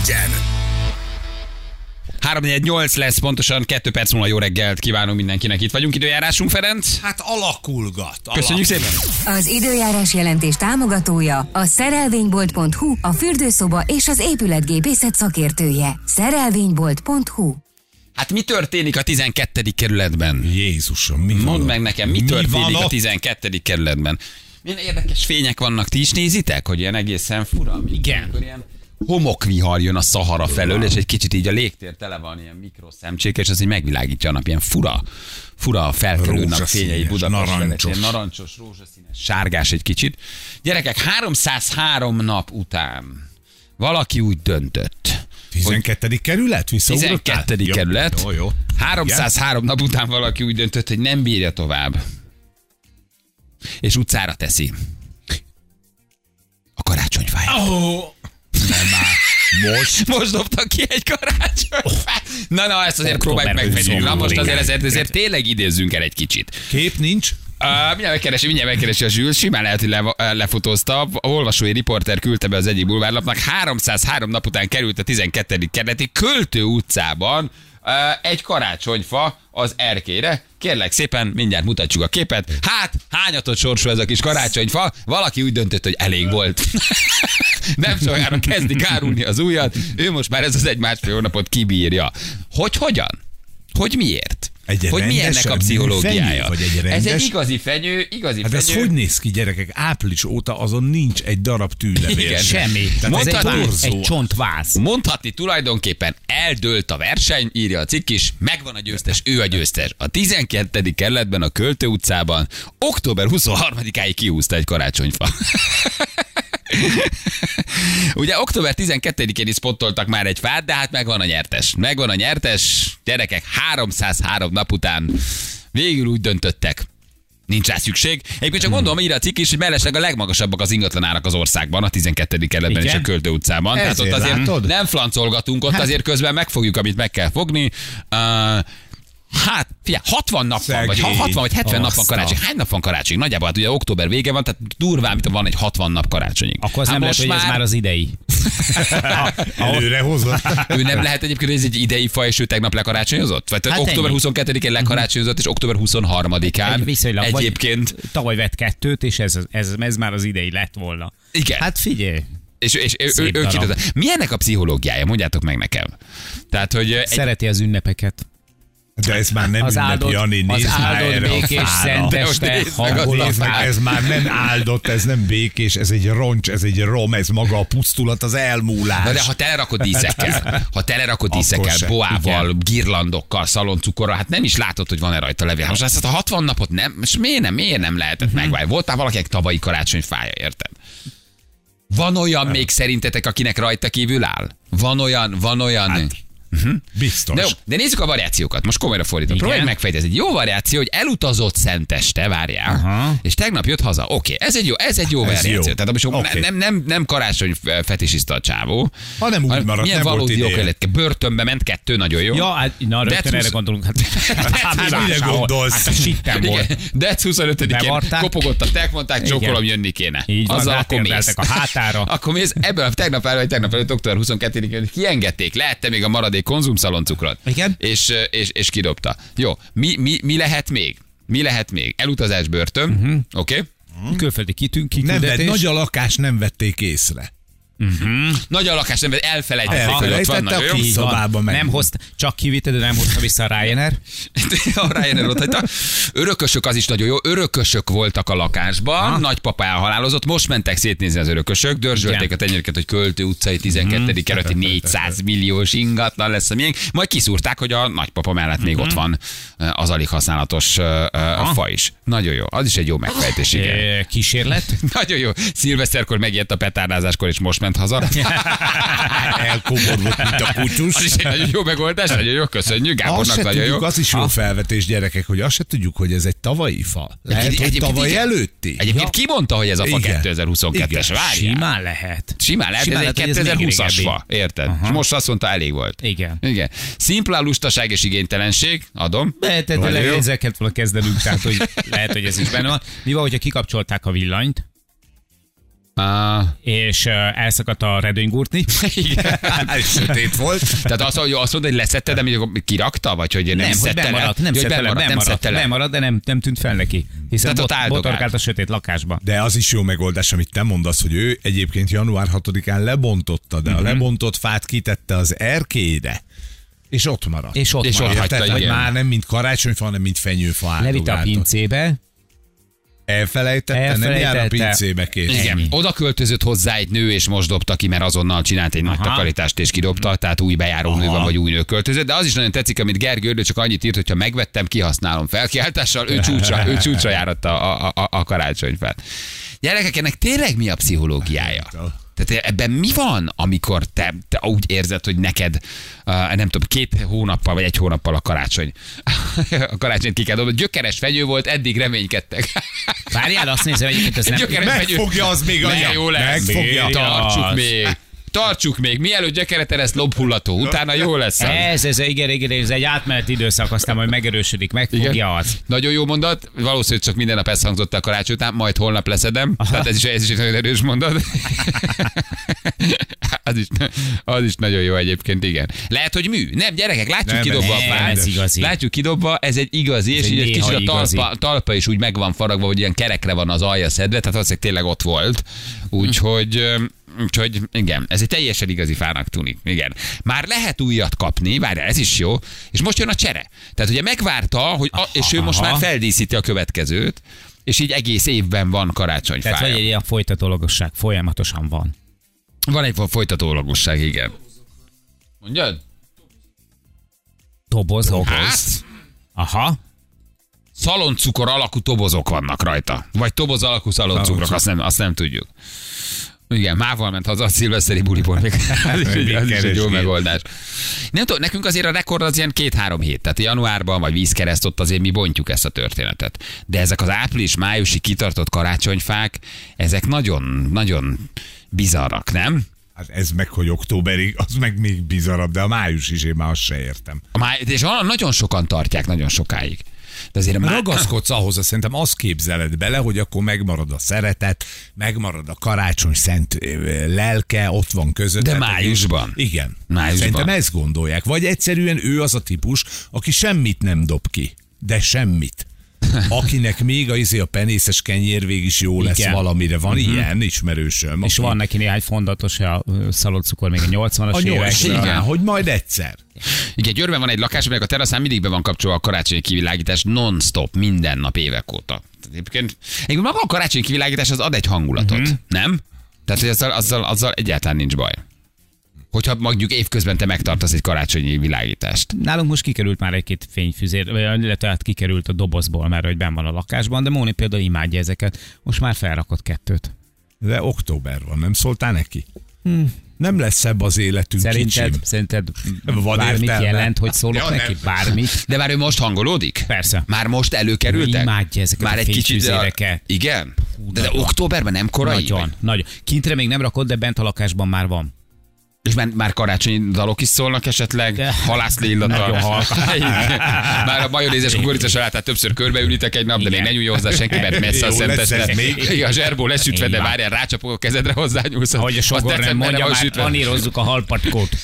legyen. 3-4-8 lesz, pontosan 2 perc múlva jó reggelt kívánunk mindenkinek. Itt vagyunk, időjárásunk, Ferenc. Hát alakulgat. Köszönjük szépen. Az időjárás jelentés támogatója a szerelvénybolt.hu, a fürdőszoba és az épületgépészet szakértője. Szerelvénybolt.hu. Hát mi történik a 12. kerületben? Jézusom, mi van? Mondd meg nekem, mi történik van a ott? 12. kerületben? Milyen érdekes fények vannak, ti is nézitek, hogy ilyen egészen fura? Igen. Amikor ilyen homokvihar jön a Szahara felől, és egy kicsit így a légtér tele van ilyen mikroszemcsék, és az így megvilágítja a nap, ilyen fura felkelő napfényei Budapest felett, ilyen narancsos, rózsaszínes, sárgás egy kicsit. Gyerekek, 303 nap után valaki úgy döntött, 12. kerület? 12. kerület. Jó. 303 nap után valaki úgy döntött, hogy nem bírja tovább. És utcára teszi a karácsonyfáját. Nem már. Most dobtak ki egy karácsonyfát. Na, ezt azért próbáljuk megfejteni. Na most azért tényleg idézzünk el egy kicsit. Kép nincs? Mindjárt megkeresi a Zsűl, simán lehet, hogy lefotózta. A olvasói riporter küldte be az egyik bulvárlapnak. 303 nap után került a 12. kerületi Költő utcában egy karácsonyfa az erkélyre. Kérlek szépen, mindjárt mutatjuk a képet. Hát, hányatott sorsú ez a kis karácsonyfa? Valaki úgy döntött, hogy elég volt. Nem sokára kezdik árulni az ujjat. Ő most már ez az 1-1,5 hónapot kibírja. Hogyan? Hogy miért? Hogy mi ennek a pszichológiája? Ez egy igazi fenyő, Hát ez hogy néz ki, gyerekek? Április óta azon nincs egy darab tűlevél. Igen. Semmi. Egy csontváz. Mondhatni tulajdonképpen eldőlt a verseny, írja a cikk is, megvan a győztes, ő a győztes. A 12. kerületben a Költő utcában október 23-áig kiúzta egy karácsonyfa. Ugye október 12-én is spottoltak már egy fát, de hát megvan a nyertes. Gyerekek, 303 nap után végül úgy döntöttek. Nincs rá szükség. Egyébként csak mondom, írja a cikk is, hogy mellesleg a legmagasabbak az ingatlanárak az országban, a 12. kerületben és a Költő utcában. Tehát ott azért nem flancolgatunk, ott azért közben megfogjuk, amit meg kell fogni. Hát, figyelj, 60 nap van, vagy 60 vagy 70 nap van karácsony. Hány nap van karácsony? Nagyjából, hát ugye október vége van, tehát durván, mint van egy 60 nap karácsonyig. Akkor az nem lehet, hogy ez már az idei. Előre hozott. Ő nem lehet egyébként, hogy ez egy idei fa, és ő tegnap lekarácsonyozott? Vagy hát október 22-én lekarácsonyozott, és október 23-án egyébként. Tavaly vett 2, és ez már az idei lett volna. Igen. Hát figyelj. És ő kérdezte. Mi ennek a pszichológiája? Mondjátok meg nekem. Tehát, hogy szereti az ünnepeket. De ez már nem ünnep, Jani, nézd már erre békés a fára. szenteste hangulat. Ez már nem áldott, ez nem békés, ez egy roncs, ez egy rom, ez maga a pusztulat, az elmúlás. Na de ha telerakod díszekkel, boával, girlandokkal, szaloncukorral, hát nem is látod, hogy van-e rajta levél. Most ezt a 60 napot nem, és miért nem lehetett megválni? Voltál valakinek tavalyi karácsonyfája, érted? Van olyan még szerintetek, akinek rajta kívül áll? Van olyan. Hát, biztos. De nézzük a variációkat. Most komolyra fordítom. Próbálj megfejteni. Ez egy jó variáció, hogy elutazott szenteste, várjál, és tegnap jött haza. Oké, ez egy jó variáció. Jó. Tehát most nem karácsony fetisista a csávó. Hanem úgy maradt, milyen nem volt valódi ideje. oké, börtönbe ment 2, nagyon jó. Ja, na rögtön erre gondolunk. Hát mire gondolsz? Hát sitten volt. Dec 25-én kopogott a tek, mondták, csókolom, jönni kéne. Így van, azzal akkor mész. a hátára. Akkor mész, ebből tegnap előtt, október 22-én kiengedték, lehette még a maradék konzumszaloncukrot. Igen. És kidobta. Jó, mi lehet még? Elutazás, börtön, oké? Külföldi Nem, nagy a lakás, nem vették észre. Nagy a lakás, nem elfelejtették, hogy ott van. a kis szobában meg. Nem hozta, csak kivitted, de nem hozta vissza a Ryanair. A Ryanair ott hagyta. Örökösök, az is nagyon jó. Örökösök voltak a lakásban, nagypapa elhalálozott, most mentek szétnézni az örökösök, dörzsölték a tenyerüket, hogy Költő utcai 12. kerületi 400 milliós ingatlan lesz a miénk, majd kiszúrták, hogy a nagypapa mellett még ott van az alig használatos fa is. Nagyon jó, az is egy jó megfejtés, igen. Kísérlet. Nagyon jó. Szilveszterkor megijedt a petárdázáskor, és most ment haza. Elkomorult, mint a kutyus. Az is egy nagyon jó megoldás, nagyon jó, köszönjük. Gábornak nagyon jó. Az is jó felvetés, gyerekek, hogy azt se tudjuk, hogy ez egy tavalyi fa. Lehet, hogy tavaly előtti. Egyébként ki mondta, hogy ez a fa Igen. 2022-es? Várjál. Simán lehet. Ez egy 2020-as fa, érted? És most azt mondta, elég volt. Igen. Szimpla lustaság és igénytelenség, adom. Tehát ezzel kellett volna kezdenünk, tehát hogy lehet, hogy ez is benne van. Mi van, hogyha kikapcsolták a villanyt? és elszakadt a redőnygurtni. És sötét volt. Tehát azt mondod, hogy leszetted, de kirakta, vagy hogy nem szedte le? Bemarad, de nem tűnt fel neki. Hiszen botorkált a sötét lakásba. De az is jó megoldás, amit te mondasz, hogy ő egyébként január 6-án lebontotta, de a lebontott fát kitette az erkélyre. És ott maradt. És ott hagyta, hogy igen. már nem mint karácsonyfa, hanem mint fenyőfa levitte a pincébe. Elfelejtette, nem jár a pincébe, kész. Igen. Oda költözött hozzá egy nő, és most dobta ki, mert azonnal csinált egy nagy takarítást, és kidobta, tehát új bejáró nő van, vagy új nő költözött. De az is nagyon tetszik, amit Gergő Ördő csak annyit írt, hogyha megvettem, kihasználom felkiáltással, ő csúcsra járatta a karácsonyfát. Gyerekek, ennek tényleg mi a pszichológiája? Tehát ebben mi van, amikor te úgy érzed, hogy neked, nem tudom, 2 hónappal vagy 1 hónappal a karácsonyt ki kell dobni. Gyökeres fenyő volt, eddig reménykedtek. Várjál, azt nézem, egyébként ez nem... Megfogja az még anya. Jó lesz. Megfogja. Tartsuk még. Mielőtt gyökereten lesz lobhullató, utána jó lesz. Igen, ez egy átmeneti időszak, aztán majd megerősödik, megfogja az. Nagyon jó mondat, valószínűleg csak minden nap ezt hangzott a karácsony után, majd holnap leszedem. Tehát ez is egy nagyon erős mondat. Az is nagyon jó egyébként, igen. Lehet, hogy mű. Nem, gyerekek, látjuk kidobva a fát. Ez igazi. Látjuk kidobva, ez egy igazi, és így egy kicsit a talpa is úgy meg van faragva, hogy ilyen kerekre van az alja szedve, tehát valószínűleg tényleg ott volt. Úgyhogy igen, ez egy teljesen igazi fának tűnik. Igen. Már lehet újat kapni, várjál, ez is jó, és most jön a csere. Tehát ugye megvárta, hogy és ő most már feldíszíti a következőt, és így egész évben van karácsonyfája. Tehát vagy egy ilyen folytatólagosság, folyamatosan van. Van egy folytatólagosság, igen. Mondjad? Dobozok. Hát? Aha. Szaloncukor alakú dobozok vannak rajta. Vagy doboz alakú szaloncukrok, azt nem tudjuk. Igen, mával ment haza a szilveszteri buliból. Ez is egy jó megoldás. Nem tudom, nekünk azért a rekord az ilyen 2-3 hét. Tehát januárban, vagy vízkereszt, ott azért mi bontjuk ezt a történetet. De ezek az április-májusi kitartott karácsonyfák, ezek nagyon bizarrak, nem? Hát ez meg, hogy októberig, az meg még bizarabb, de a május is, én már azt se értem. És nagyon sokan tartják, nagyon sokáig. De azért ragaszkodsz ahhoz, szerintem azt képzeled bele, hogy akkor megmarad a szeretet, megmarad a karácsony szent lelke, ott van között. De májusban. Igen. Májusban. Szerintem ezt gondolják. Vagy egyszerűen ő az a típus, aki semmit nem dob ki. De semmit. Akinek még a penészes kenyérvég is jó lesz valamire. Van ilyen ismerősöm. És van neki néhány fondatos a szaloncukor még a 80-as években. Igen, hogy majd egyszer. Igen, Győrben van egy lakás, aminek a teraszán mindig be van kapcsolva a karácsonyi kivilágítás non-stop, minden nap, évek óta. Egyébként maga a karácsonyi kivilágítás az ad egy hangulatot, nem? Tehát, hogy azzal egyáltalán nincs baj. Hogyha mondjuk évközben te megtartasz egy karácsonyi világítást. Nálunk most kikerült már egy-két fényfüzér, illetve hát kikerült a dobozból, mert hogy benn van a lakásban, de Móni például imádja ezeket. Most már felrakott 2. De október van, nem szóltál neki? Nem lesz szebb az életünk, Szerinted bármit jelent, hogy szólok neki? Bármit? De már ő most hangolódik? Persze. Már most előkerültek? Imádja ezeket már a fényfüzéreket. Igen? De októberben nem korai? Nagyon. Kintre még nem rakod, de bent a lakásban már van. És már karácsonyi dalok is szólnak esetleg, halászlé illata. Már a majonézes kukorica salátát többször körbeülitek egy nap, de még ne nyújj hozzá senki, mert messze a szenteste. Igen, a zserbó lesütve, de várjál, rácsapok a kezedre, hozzányúlsz. Ahogy a sogor nem mondja, már panírozzuk a halpatkót.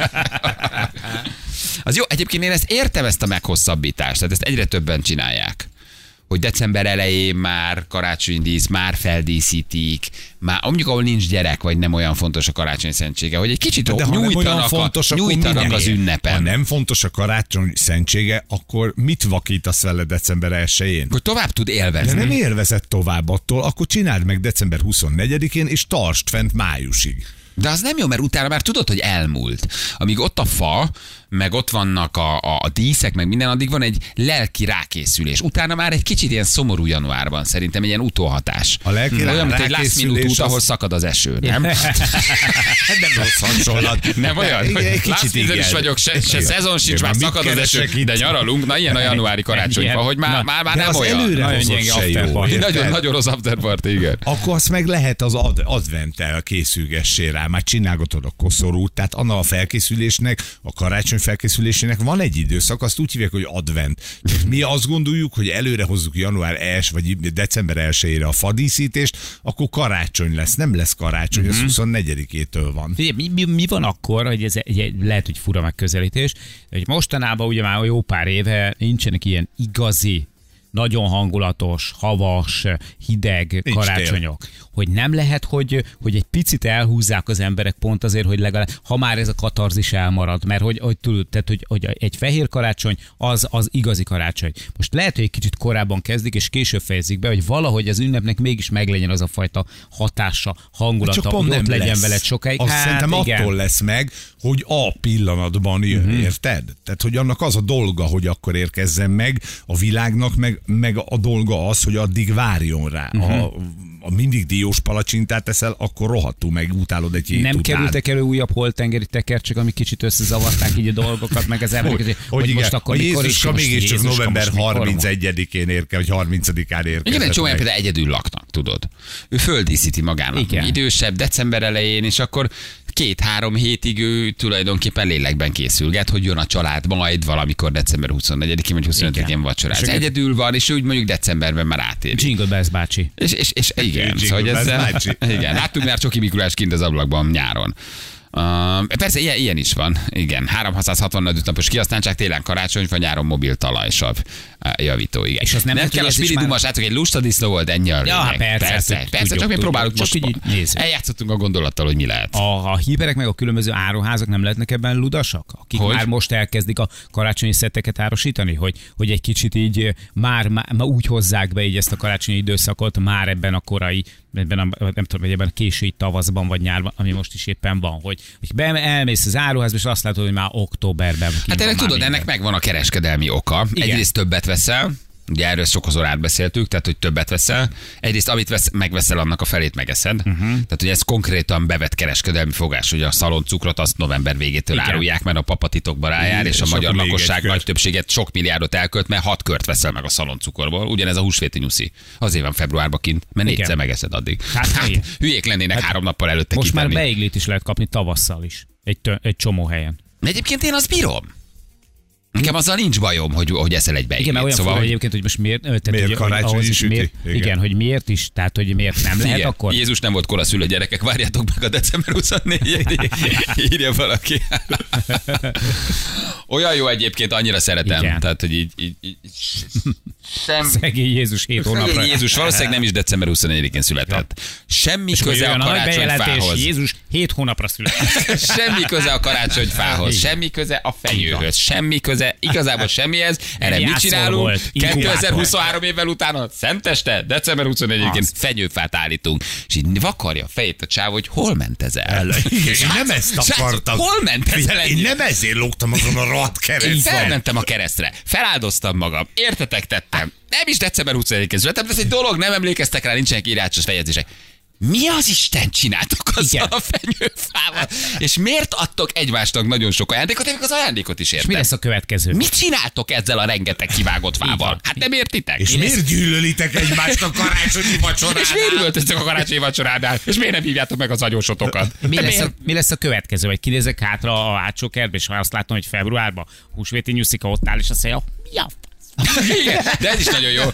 Az jó, egyébként én ezt értem, ezt a meghosszabbítást, tehát ezt egyre többen csinálják. Hogy december elején már karácsonydísz, már feldíszítik, már mondjuk ahol nincs gyerek, vagy nem olyan fontos a karácsony szentsége, hogy egy kicsit nyújtanak az ünnepen. Ha nem fontos a karácsony szentsége, akkor mit vakítasz vele december 1-én? Hogy tovább tud élvezni. De nem élvezett tovább attól, akkor csináld meg december 24-én, és tartsd fent májusig. De az nem jó, mert utána már tudod, hogy elmúlt. Amíg ott a fa, meg ott vannak a díszek, meg minden, addig van egy lelki rákészülés. Utána már egy kicsit ilyen szomorú januárban, szerintem egy ilyen utóhatás. A lelki olyan, mint egy last minute út, ahol szakad az eső, nem? Nem rossz hasonlat. Nem olyan? Egy kicsit igen. Is vagyok, se szezon sincs, már szakad az eső, de nyaralunk. Na ilyen a januári karácsonyfa, hogy már nem olyan. Nagyon rossz afterparty, igen. Akkor azt meg lehet az adventtel készülgessé rá. Már csinálgatod a koszorút, tehát annak a felkészülésnek a karácsony felkészülésének van egy időszak, azt úgy hívják, hogy advent. Mi azt gondoljuk, hogy előre hozzuk január 1 vagy december 1-ére a fadíszítést, akkor karácsony lesz. Nem lesz karácsony, az 24-től van. Mi van akkor, hogy ez lehet, hogy fura megközelítés, hogy mostanában ugye már jó pár éve nincsenek ilyen igazi, nagyon hangulatos, havas, hideg Nincs karácsonyok. Hogy nem lehet, hogy egy picit elhúzzák az emberek pont azért, hogy legalább, ha már ez a katarzis elmarad, mert hogy tudod, tehát, hogy egy fehér karácsony az igazi karácsony. Most lehet, hogy egy kicsit korábban kezdik, és később fejezik be, hogy valahogy az ünnepnek mégis meglegyen az a fajta hatása, hangulata, Csak hogy pont ott nem legyen lesz. veled sokáig. Azt Hát szerintem igen. attól lesz meg, hogy a pillanatban jön, érted? Tehát, hogy annak az a dolga, hogy akkor érkezzen meg, a világnak meg a dolga az, hogy addig várjon rá. Ha mindig diós palacsintát teszel, akkor rohadtul meg utálod egy hét Nem után. kerültek elő újabb holtengeri tekercsek, amik kicsit összezavarták így a dolgokat, meg az emberek közé, Hogy igen, most akkor a mikor Jézuska is, mégiscsak Jézuska november most mikor van? 31-én érke, vagy 30-án érkezett. Igen, egy csomó meg. például egyedül laknak, tudod. Ő földíszíti magának. Igen. Idősebb, december elején, és akkor 2-3 hétig ő tulajdonképpen lélekben készülget, hogy jön a család majd valamikor december 24-én vagy 25-én vacsoráz. Egyedül van, és úgy mondjuk decemberben már átéri. Jingle Bells bácsi. És igen, Jingle szóval hogy Bells ezzel, bácsi. igen, láttunk már Csoki Mikulás kint az ablakban nyáron. Persze, ilyen is van. Igen, 365 napos kihasználtság, télen karácsony, vagy nyáron mobil talajsav javító. Igen. És az nem lehet, kell a hogy ez is spiritumos, már- hogy egy lusta disznó volt, ennyi a Ja, lényeg. persze, persze, csak mi tudjuk. próbálunk Csak most így nézzük. eljátszottunk a gondolattal, hogy mi lehet. A hiperek meg a különböző áruházak nem lehetnek ebben ludasak? Akik Hogy? már most elkezdik a karácsonyi szetteket árosítani? Hogy egy kicsit így már úgy hozzák be így ezt a karácsonyi időszakot már ebben a korai, ebben a, nem tudom, hogy ebben a késői tavaszban vagy nyárban, ami most is éppen van, hogy elmész az áruházba, és azt látod, hogy már októberben. Hát ennek tudod, ennek megvan a kereskedelmi oka. Igen. Egyrészt többet veszel, ugye erről sokszor átbeszéltük, tehát hogy többet veszel. Egyrészt amit megveszel, annak a felét megeszed. Tehát hogy ez konkrétan bevett kereskedelmi fogás, hogy a szaloncukrot azt november végétől Igen. árulják, mert a papatitokba rájár, és a És magyar akkor még lakosság egy kör. nagy többséget sok milliárdot elkölt, mert 6 kört veszel meg a szaloncukorból. Ugyanez a húsvéti nyuszi. Azért van februárban kint, mert Igen. 4-szer megeszed addig. Hát, igen. Hülyék lennének 3 nappal előtte Most már kitenni. beiglit is lehet kapni tavasszal is. Egy csomó helyen. Egyébként én azt bírom. Nekem azzal nincs bajom, hogy eszel egy beiglit. Igen, mert olyan szóval, fura hogy egyébként, hogy most miért, tehát, Miért hogy karácsonyi ahhoz is süti? miért, Igen. igen, hogy miért is, tehát hogy miért nem lehet Igen, akkor? Jézus nem volt koraszülő, gyerekek, várjátok meg a december 24-et, írja valaki. Olyan jó egyébként, annyira szeretem. Igen. Tehát, hogy így Szegény Jézus 7 hónapra. Jézus valószínűleg nem is december 24-én született. Semmi És köze a jön a nagy bejelentés, karácsonyfához. Jézus 7 hónapra született. Semmi köze a karácsonyfához, Igen. semmi köze a fenyőhöz, semmi köze, igazából semmihez. Erre mit Jászol csinálunk? volt, inkubátor. 2023 évvel utána, szenteste, december 24-én Az. fenyőfát állítunk. És így vakarja a fejét a csáv, hogy hol ment ez el? Igen, én nem ezt akartam. Hol ment ez el? Én nem ezért lógtam azon a rohadt Én kereszten. felmentem a keresztre, feláldoztam magam, értetek tettem. Nem is december 24-én születtem, de ez egy dolog, nem emlékeztek rá, nincsenek írásos feljegyzések. Mi az Isten csináltok azzal Igen. a fenyőfával? És miért adtok egymásnak nagyon sok ajándékot? Én még az ajándékot is És értem. mi lesz a következő? Mit csináltok ezzel a rengeteg kivágott Így fával? van. Hát nem értitek? És miért gyűlölitek egymást a karácsonyi vacsoránál? És miért ültöztök a karácsonyi vacsoránál? És miért nem hívjátok meg az agyósotokat? Mi lesz a következő? Vagy kinézek hátra a hátsó kertbe, és azt látom, hogy februárban húsvéti nyuszika ott áll, és azt mondja, mi a Igen, de ez is nagyon jó.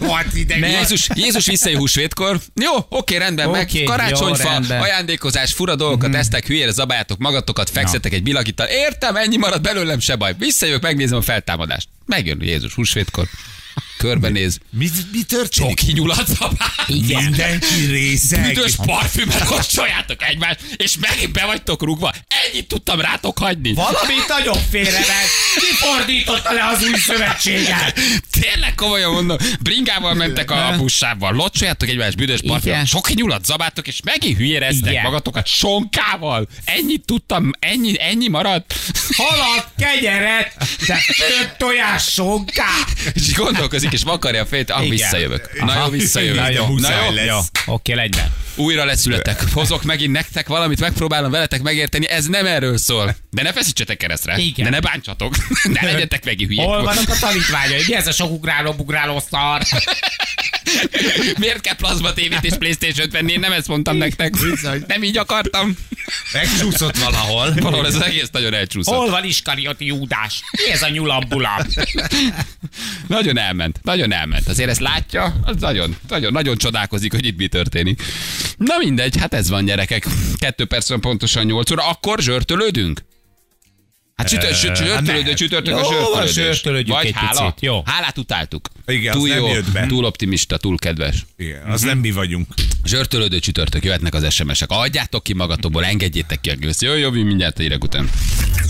Jézus visszajön húsvétkor. Jó, oké, rendben, meg Oké, jó, karácsonyfa, rendben. ajándékozás, fura dolgokat esztek, hülyére zabáljátok magatokat, fekszetek egy bilagittal. Értem, ennyi marad belőlem, se baj. Visszajövök, megnézem a feltámadást. Megjön Jézus húsvétkor. Körbenéz. Mi történik? Csoki nyulat zabál. Mindenki részeg. Büdös parfümmet kóstoljátok egymást, és megint be vagytok rúgva. Ennyit tudtam rátok hagyni. Valamit nagyon félrevet. Kifordította le az új szövetséget. Tényleg komolyan mondom, bringával mentek a buszsával, locsoljátok egymást büdös parfüm, Igen. sok nyulat zabáltok, és megint hülyére esztek Igen. magatokat sonkával. Ennyit tudtam, ennyi maradt. Halat, kenyeret, de 5 tojás sonkát. És így gondolkozik, és vakarja a fejét, Igen. visszajövök. Na jó, Na visszajövök. jó, muszáj Na lesz. jó, Jó, oké, legyen. újra leszületek. Hozok megint nektek valamit, megpróbálom veletek megérteni, ez nem erről szól. De ne feszítsetek keresztre, Igen. de ne bántsatok. Ne legyetek megint hülyék. Hol vannak a tanítványai? Mi ez a sok ugráló-bugráló szar? Miért kell plazma tévét és PlayStation-t venni? Én nem ezt mondtam nektek. Nem így akartam. Megcsúszott valahol. Valahol ez az egész nagyon elcsúszott. Hol van Iskarioti Júdás? Mi ez a nyulambula? Nagyon elment. Azért ezt látja, az nagyon csodálkozik, hogy itt mi történik. Na mindegy, hát ez van, gyerekek. 2 percen pontosan 8 óra. Akkor zsörtölődünk? Hát csütörtök a zsörtölődés. Vagy egy hála. picit, jó. Hálát utáltuk. Igen, túl az jó, nem jött be. túl optimista, túl kedves. Igen, az nem mi vagyunk. Zsörtölődő csütörtök, jöhetnek az SMS-ek. Adjátok ki magatokból, engedjétek ki a gőzt. Jó, mindjárt a hírek után.